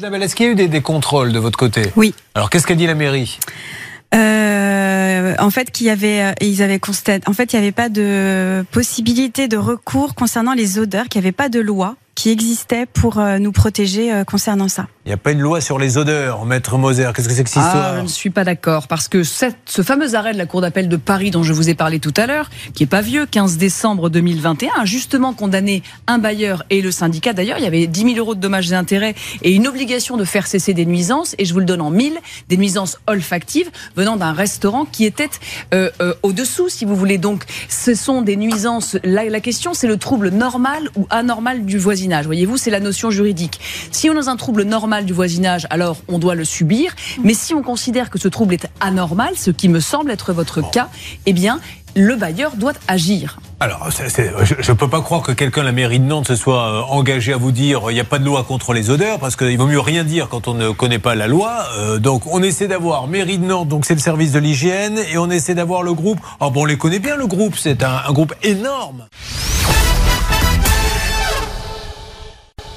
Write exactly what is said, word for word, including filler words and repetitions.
Isabelle, est-ce qu'il y a eu des, des contrôles de votre côté? Oui. Alors, qu'est-ce qu'a dit la mairie? Euh, en fait, qu'il y avait, ils avaient constaté, en fait, il n'y avait pas de possibilité de recours concernant les odeurs, qu'il n'y avait pas de loi qui existait pour euh, nous protéger euh, concernant ça. Il n'y a pas une loi sur les odeurs, Maître Moser. Qu'est-ce que c'est que cette histoire? Ah, je ne suis pas d'accord, parce que cette, ce fameux arrêt de la Cour d'appel de Paris dont je vous ai parlé tout à l'heure, qui n'est pas vieux, quinze décembre deux mille vingt et un, a justement condamné un bailleur et le syndicat. D'ailleurs, il y avait dix mille euros de dommages et intérêts et une obligation de faire cesser des nuisances, et je vous le donne en mille, des nuisances olfactives venant d'un restaurant qui était euh, euh, au-dessous, si vous voulez. Donc, ce sont des nuisances. La, la question, c'est le trouble normal ou anormal du voisinage. Voyez-vous, c'est la notion juridique. Si on est dans un trouble normal du voisinage, alors on doit le subir. Mais si on considère que ce trouble est anormal, ce qui me semble être votre bon. cas, eh bien, le bailleur doit agir. Alors, c'est, c'est, je ne peux pas croire que quelqu'un de la mairie de Nantes se soit euh, engagé à vous dire il n'y a pas de loi contre les odeurs, parce qu'il vaut mieux rien dire quand on ne connaît pas la loi. Euh, donc, on essaie d'avoir mairie de Nantes, donc c'est le service de l'hygiène, et on essaie d'avoir le groupe. Ah bon, on les connaît bien, le groupe, c'est un, un groupe énorme.